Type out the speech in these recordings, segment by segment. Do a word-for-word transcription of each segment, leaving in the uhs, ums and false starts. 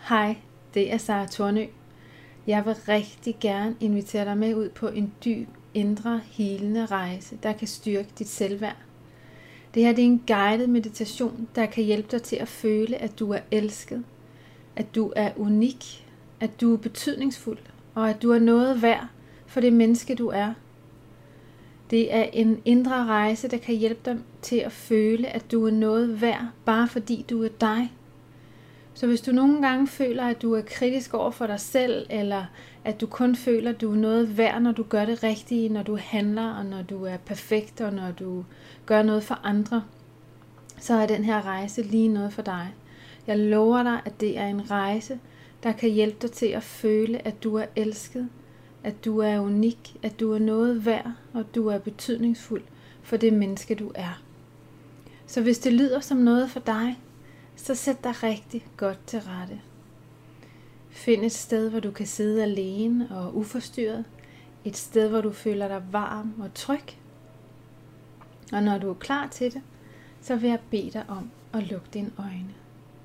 Hej, det er Sara Tornø. Jeg vil rigtig gerne invitere dig med ud på en dyb, indre, helende rejse, der kan styrke dit selvværd. Det her det er en guided meditation, der kan hjælpe dig til at føle, at du er elsket, at du er unik, at du er betydningsfuld, og at du er noget værd for det menneske, du er. Det er en indre rejse, der kan hjælpe dig til at føle, at du er noget værd, bare fordi du er dig. Så hvis du nogle gange føler, at du er kritisk over for dig selv, eller at du kun føler, at du er noget værd, når du gør det rigtige, når du handler, og når du er perfekt, og når du gør noget for andre, så er den her rejse lige noget for dig. Jeg lover dig, at det er en rejse, der kan hjælpe dig til at føle, at du er elsket, at du er unik, at du er noget værd, og du er betydningsfuld for det menneske, du er. Så hvis det lyder som noget for dig, så sæt dig rigtig godt til rette. Find et sted, hvor du kan sidde alene og uforstyrret. Et sted, hvor du føler dig varm og tryg. Og når du er klar til det, så vil jeg bede dig om at lukke dine øjne.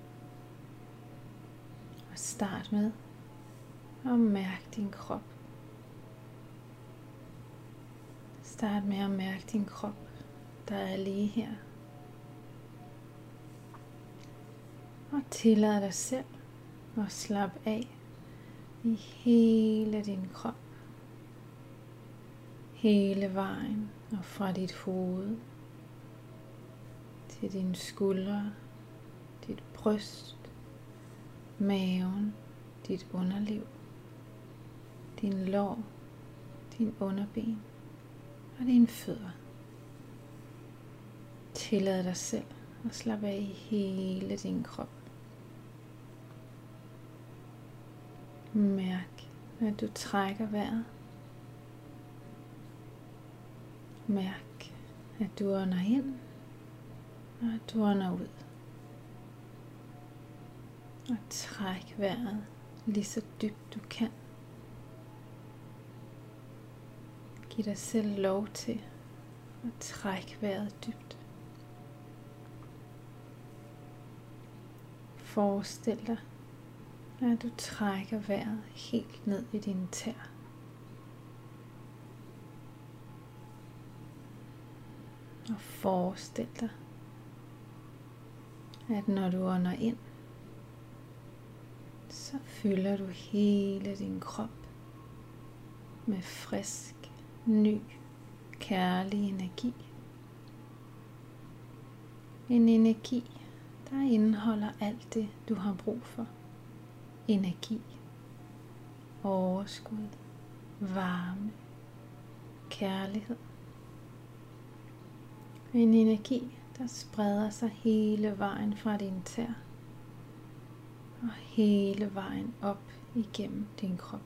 Og start med at mærke din krop. Start med at mærke din krop, der er lige her. Og tillad dig selv at slappe af i hele din krop. Hele vejen og fra dit hoved til dine skuldre, dit bryst, maven, dit underliv, din lår, din underben og dine fødder. Tillad dig selv at slappe af i hele din krop. Mærk, at du trækker vejret. Mærk, at du ånder ind, og at du ånder ud. Og træk vejret lige så dybt du kan. Giv dig selv lov til at trække vejret dybt. Forestil dig, at du trækker vejret helt ned i dine tæer. Og forestil dig, at når du ånder ind, så fylder du hele din krop med frisk, ny, kærlig energi. En energi, der indeholder alt det, du har brug for. Energi, overskud, varme, kærlighed. En energi, der spreder sig hele vejen fra din tær og hele vejen op igennem din krop.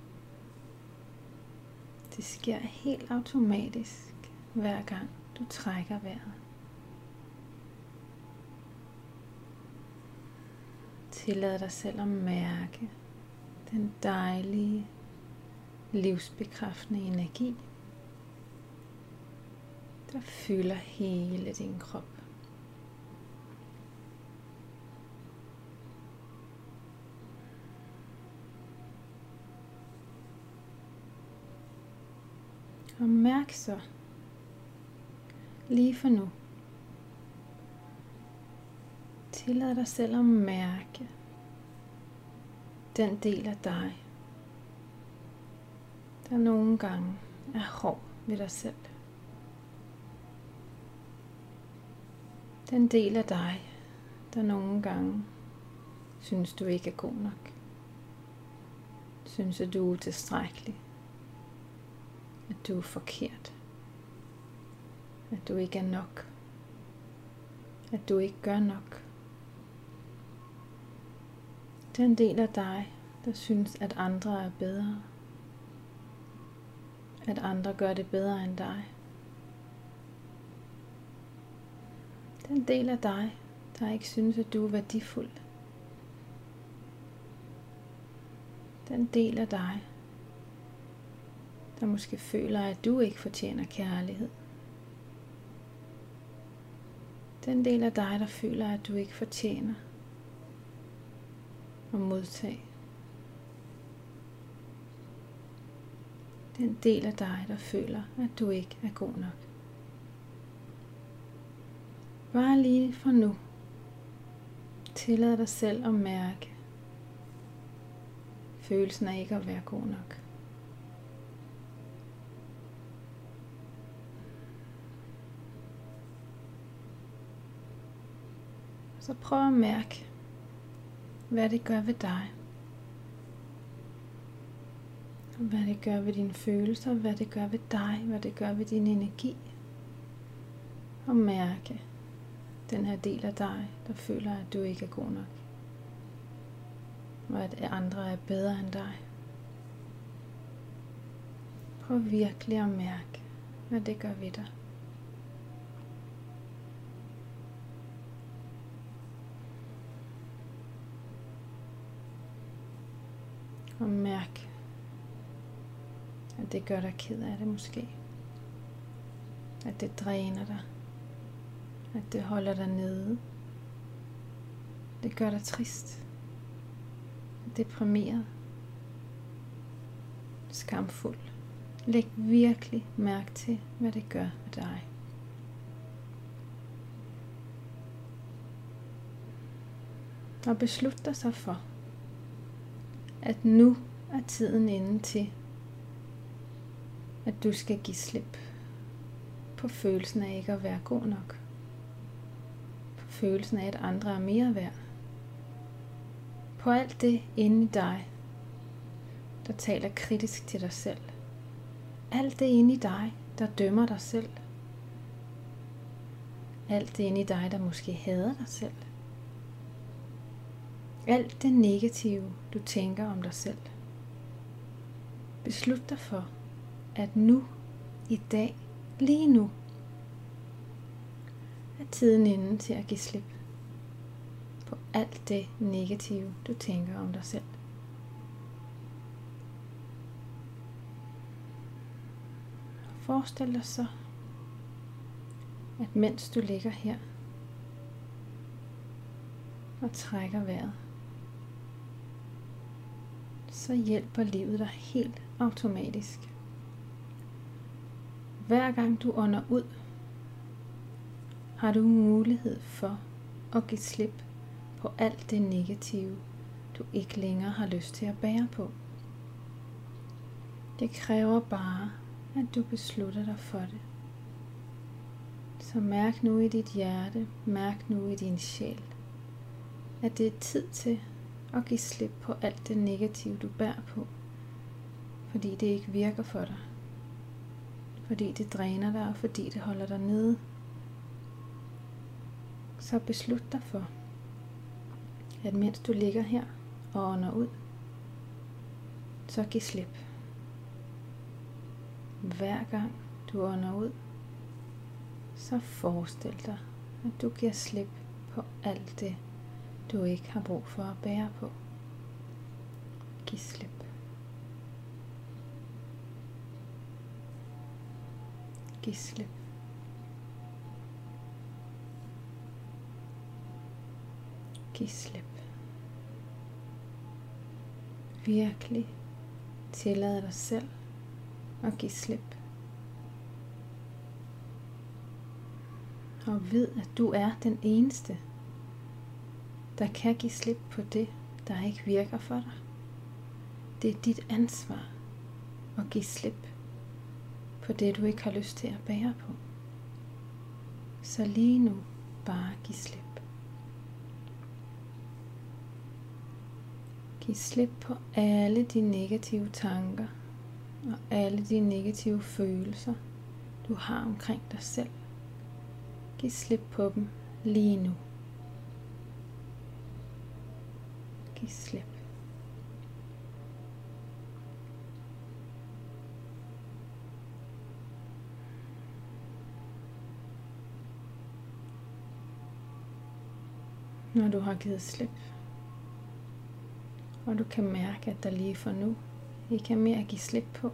Det sker helt automatisk, hver gang du trækker vejret. Tillad dig selv at mærke den dejlige, livsbekræftende energi, der fylder hele din krop. Og mærk så, lige for nu, tillad dig selv at mærke den del af dig, der nogle gange er hård ved dig selv. Den del af dig, der nogle gange synes du ikke er god nok. Synes at du er utilstrækkelig. At du er forkert. At du ikke er nok. At du ikke gør nok. Den del af dig, der synes, at andre er bedre. At andre gør det bedre end dig. Den del af dig, der ikke synes, at du er værdifuld. Den del af dig, der måske føler, at du ikke fortjener kærlighed. Den del af dig, der føler, at du ikke fortjener og modtage den del af dig, der føler, at du ikke er god nok. Bare lige for nu. Tillad dig selv at mærke følelsen af ikke at være god nok. Så prøv at mærke, hvad det gør ved dig. Og hvad det gør ved dine følelser, hvad det gør ved dig, hvad det gør ved din energi. Og mærke den her del af dig, der føler, at du ikke er god nok. Og at andre er bedre end dig. Prøv virkelig at mærke, hvad det gør ved dig. Og mærk, at det gør dig ked af det måske. At det dræner dig. At det holder dig nede. Det gør dig trist. Deprimeret. Skamfuld. Læg virkelig mærke til, hvad det gør ved dig. Og beslut dig så for, at nu er tiden inde til, at du skal give slip på følelsen af ikke at være god nok. På følelsen af, at andre er mere værd. På alt det inde i dig, der taler kritisk til dig selv. Alt det inde i dig, der dømmer dig selv. Alt det inde i dig, der måske hader dig selv. Alt det negative, du tænker om dig selv. Beslut dig for, at nu, i dag, lige nu, er tiden inde til at give slip på alt det negative, du tænker om dig selv. Forestil dig så, at mens du ligger her og trækker vejret, så hjælper livet dig helt automatisk. Hver gang du ånder ud, har du mulighed for at give slip på alt det negative, du ikke længere har lyst til at bære på. Det kræver bare, at du beslutter dig for det. Så mærk nu i dit hjerte, mærk nu i din sjæl, at det er tid til at give slip på alt det negative, du bærer på, fordi det ikke virker for dig, fordi det dræner dig, og fordi det holder dig nede. Så beslut dig for, at mens du ligger her og ånder ud, så giv slip. Hver gang du ånder ud, så forestil dig, at du giver slip på alt det, du ikke har brug for at bære på. Giv slip. Giv slip. Giv slip. Virkelig tillad dig selv at give slip. Og ved, at du er den eneste, der kan give slip på det, der ikke virker for dig. Det er dit ansvar at give slip på det, du ikke har lyst til at bære på. Så lige nu, bare giv slip. Giv slip på alle de negative tanker og alle de negative følelser, du har omkring dig selv. Giv slip på dem lige nu. Giv slip. Når du har givet slip, og du kan mærke, at der lige for nu ikke er mere at give slip på,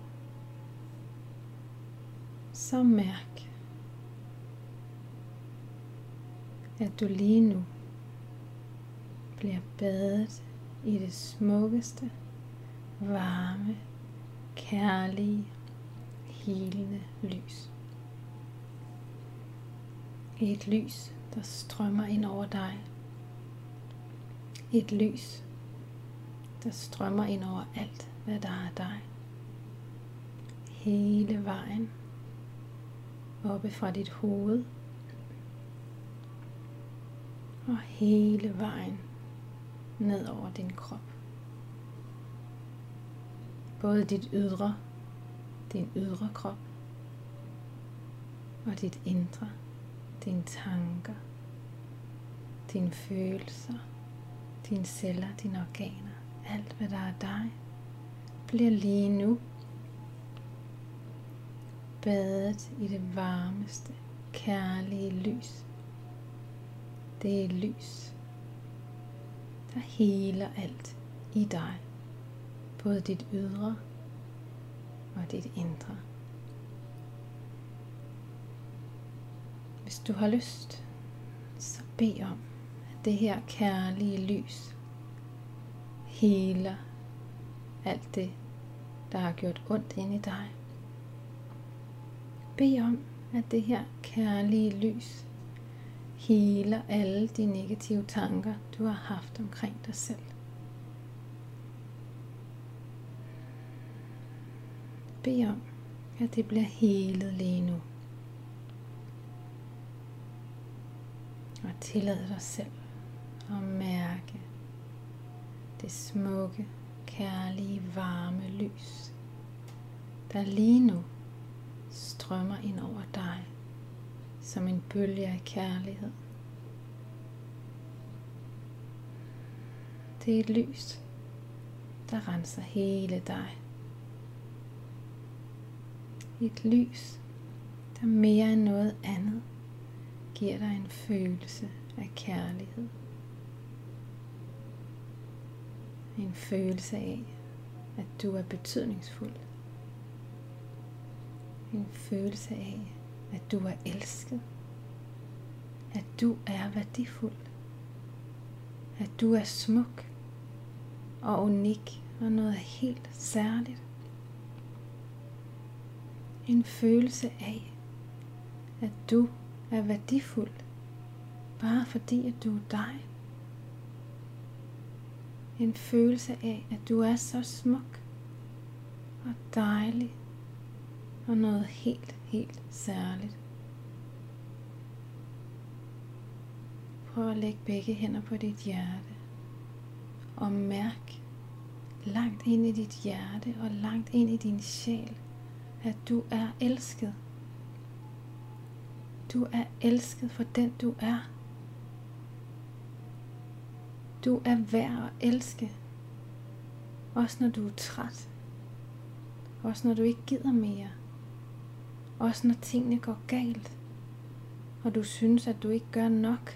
så mærk, at du lige nu bliver badet i det smukkeste, varme, kærlige, helende lys. Et lys, der strømmer ind over dig. Et lys, der strømmer ind over alt, hvad der er dig. Hele vejen oppe fra dit hoved og hele vejen ned over din krop. Både dit ydre, din ydre krop og dit indre, dine tanker, dine følelser, dine celler, dine organer, alt hvad der er dig, bliver lige nu badet i det varmeste, kærlige lys. Det er et lys, der heler alt i dig, både dit ydre og dit indre. Hvis du har lyst, så bed om, at det her kærlige lys heler alt det, der har gjort ondt inde i dig. Bed om, at det her kærlige lys heler alle de negative tanker, du har haft omkring dig selv. Bed om, at det bliver helet lige nu. Og tillad dig selv at mærke det smukke, kærlige, varme lys, der lige nu strømmer ind over dig som en bølge af kærlighed. Det er et lys, der renser hele dig. Et lys, der mere end noget andet giver dig en følelse af kærlighed. En følelse af, at du er betydningsfuld. En følelse af, at du er elsket. At du er værdifuld. At du er smuk og unik og noget helt særligt. En følelse af, at du er værdifuld, bare fordi at du er dig. En følelse af, at du er så smuk og dejlig og noget helt, helt særligt. Prøv at lægge begge hænder på dit hjerte og mærk langt ind i dit hjerte og langt ind i din sjæl, at du er elsket. Du er elsket for den du er. Du er værd at elske. Også når du er træt. Også når du ikke gider mere. Også når tingene går galt. Og du synes at du ikke gør nok.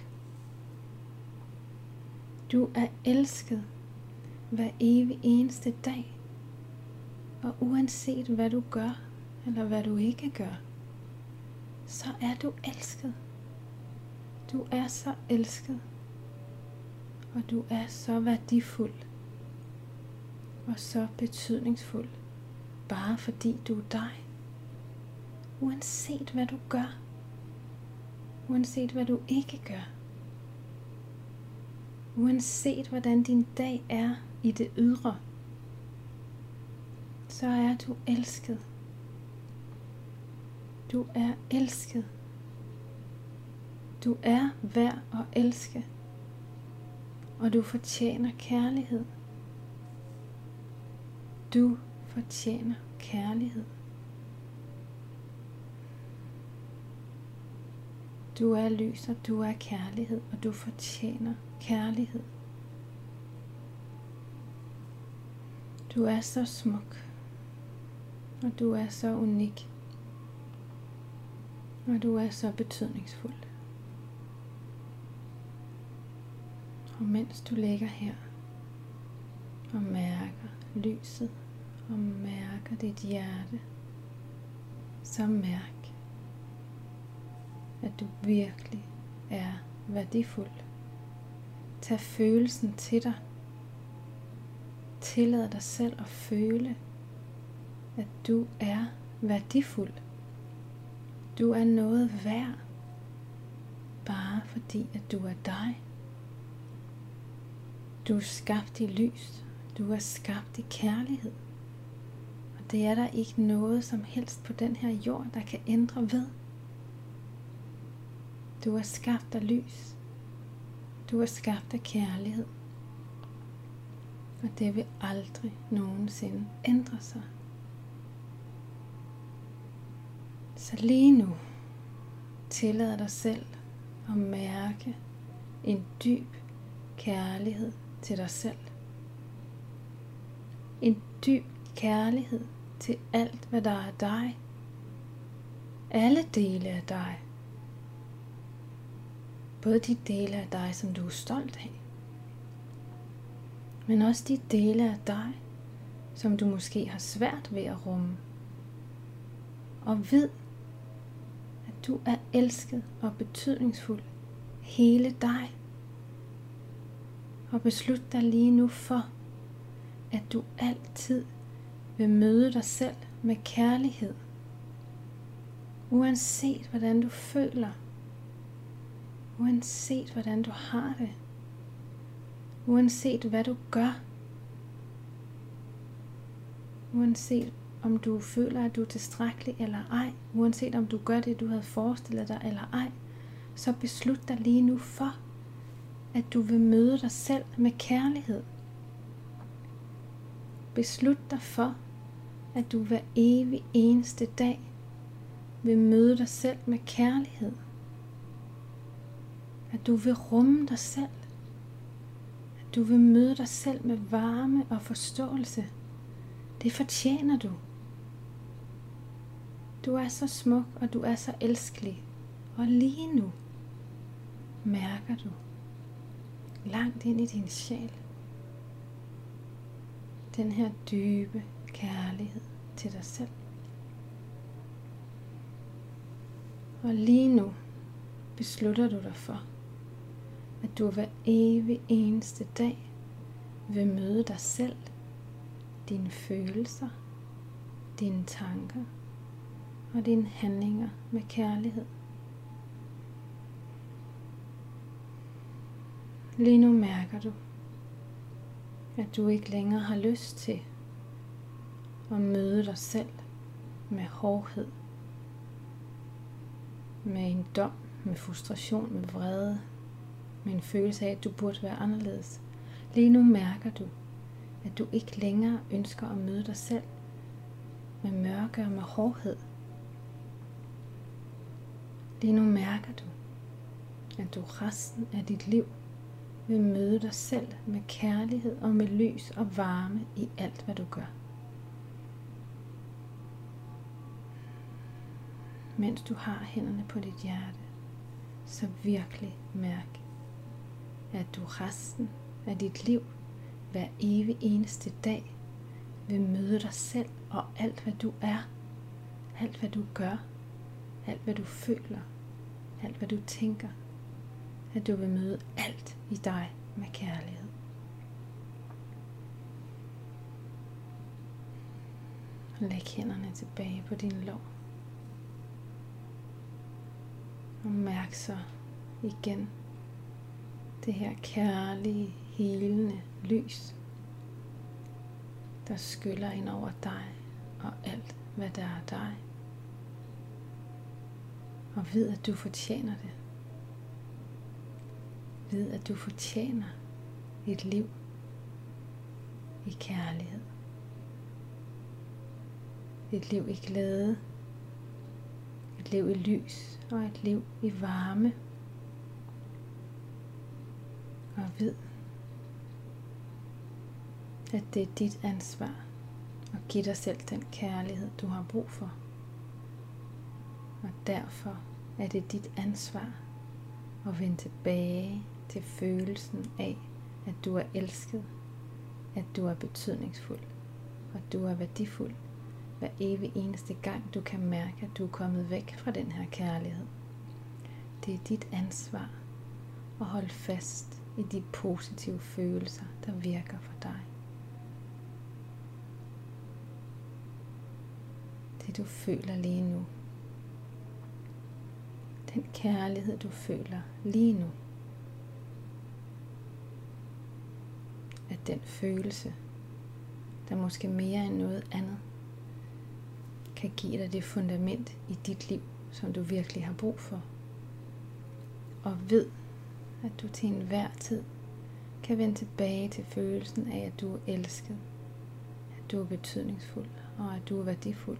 Du er elsket hver evig eneste dag. Og uanset hvad du gør, eller hvad du ikke gør, så er du elsket. Du er så elsket. Og du er så værdifuld. Og så betydningsfuld. Bare fordi du er dig. Uanset hvad du gør. Uanset hvad du ikke gør. Uanset hvordan din dag er i det ydre, så er du elsket. Du er elsket. Du er værd at elske. Og du fortjener kærlighed. Du fortjener kærlighed. Du er lys, og du er kærlighed, og du fortjener kærlighed. Du er så smuk, og du er så unik, og du er så betydningsfuld. Og mens du ligger her og mærker lyset og mærker dit hjerte, så mærk, at du virkelig er værdifuld. Tag følelsen til dig tillade dig selv at føle, at du er værdifuld. Du er noget værd, bare fordi at du er dig. Du er skabt i lys. Du er skabt i kærlighed. Og det er der ikke noget som helst på den her jord, der kan ændre ved. Du er skabt af lys. Du er skabt af kærlighed. Og det vil aldrig nogensinde ændre sig. Så lige nu tillad dig selv at mærke en dyb kærlighed til dig selv. En dyb kærlighed til alt, hvad der er dig. Alle dele af dig. Både de dele af dig, som du er stolt af, men også de dele af dig, som du måske har svært ved at rumme. Og ved, at du er elsket og betydningsfuld, hele dig. Og beslut dig lige nu for, at du altid vil møde dig selv med kærlighed. Uanset hvordan du føler, uanset hvordan du har det, uanset hvad du gør, uanset om du føler, at du er tilstrækkelig eller ej, uanset om du gør det, du havde forestillet dig eller ej, så beslut dig lige nu for, at du vil møde dig selv med kærlighed. Beslut dig for, at du hver evig eneste dag vil møde dig selv med kærlighed. At du vil rumme dig selv. At du vil møde dig selv med varme og forståelse. Det fortjener du. Du er så smuk, og du er så elskelig. Og lige nu mærker du langt ind i din sjæl den her dybe kærlighed til dig selv. Og lige nu beslutter du dig for, at du hver evig eneste dag vil møde dig selv, dine følelser, dine tanker og dine handlinger med kærlighed. Lige nu mærker du, at du ikke længere har lyst til at møde dig selv med hårdhed, med en dom, med frustration, med vrede, med en følelse af, at du burde være anderledes. Lige nu mærker du, at du ikke længere ønsker at møde dig selv med mørke og med hårdhed. Lige nu mærker du, at du resten af dit liv vil møde dig selv med kærlighed og med lys og varme i alt, hvad du gør. Mens du har hænderne på dit hjerte, så virkelig mærk, at du resten af dit liv, hver evig eneste dag, vil møde dig selv og alt, hvad du er, alt, hvad du gør, alt, hvad du føler, alt, hvad du tænker, at du vil møde alt i dig med kærlighed. Læg hænderne tilbage på din lår. Og mærk så igen det her kærlige, helende lys, der skyller ind over dig og alt, hvad der er dig. Og ved, at du fortjener det. Ved, at du fortjener et liv i kærlighed. Et liv i glæde. Et liv i lys og et liv i varme. Og ved, at det er dit ansvar at give dig selv den kærlighed, du har brug for. Og derfor er det dit ansvar at vende tilbage til følelsen af, at du er elsket, at du er betydningsfuld, og at du er værdifuld, hver evig eneste gang du kan mærke, at du er kommet væk fra den her kærlighed. Det er dit ansvar at holde fast i de positive følelser, der virker for dig. det du føler lige nu. Den kærlighed du føler lige nu. At den følelse, der måske mere end noget andet, kan give dig det fundament i dit liv, som du virkelig har brug for. Og ved, at du til enhver tid kan vende tilbage til følelsen af, at du er elsket, at du er betydningsfuld og at du er værdifuld.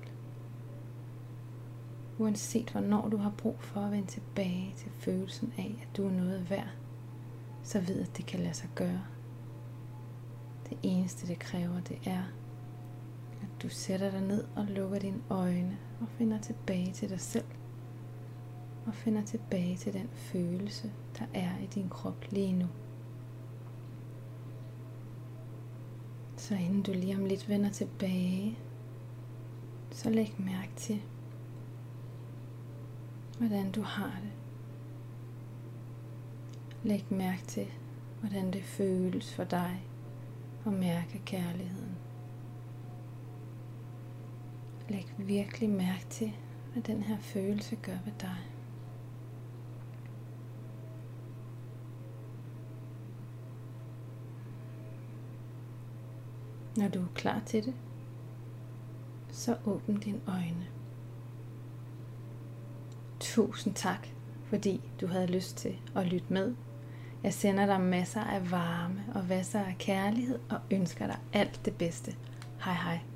Uanset hvornår du har brug for at vende tilbage til følelsen af, at du er noget værd, så ved at det kan lade sig gøre. Det eneste det kræver, det er, at du sætter dig ned og lukker dine øjne og finder tilbage til dig selv. Og finder tilbage til den følelse, der er i din krop lige nu. Så inden du lige om lidt vender tilbage, så læg mærke til, hvordan du har det. Læg mærke til, hvordan det føles for dig at mærke kærligheden. Læg virkelig mærke til, hvad den her følelse gør ved dig. Når du er klar til det, så åbn dine øjne. Tusind tak, fordi du havde lyst til at lytte med. Jeg sender dig masser af varme og masser af kærlighed og ønsker dig alt det bedste. Hej hej.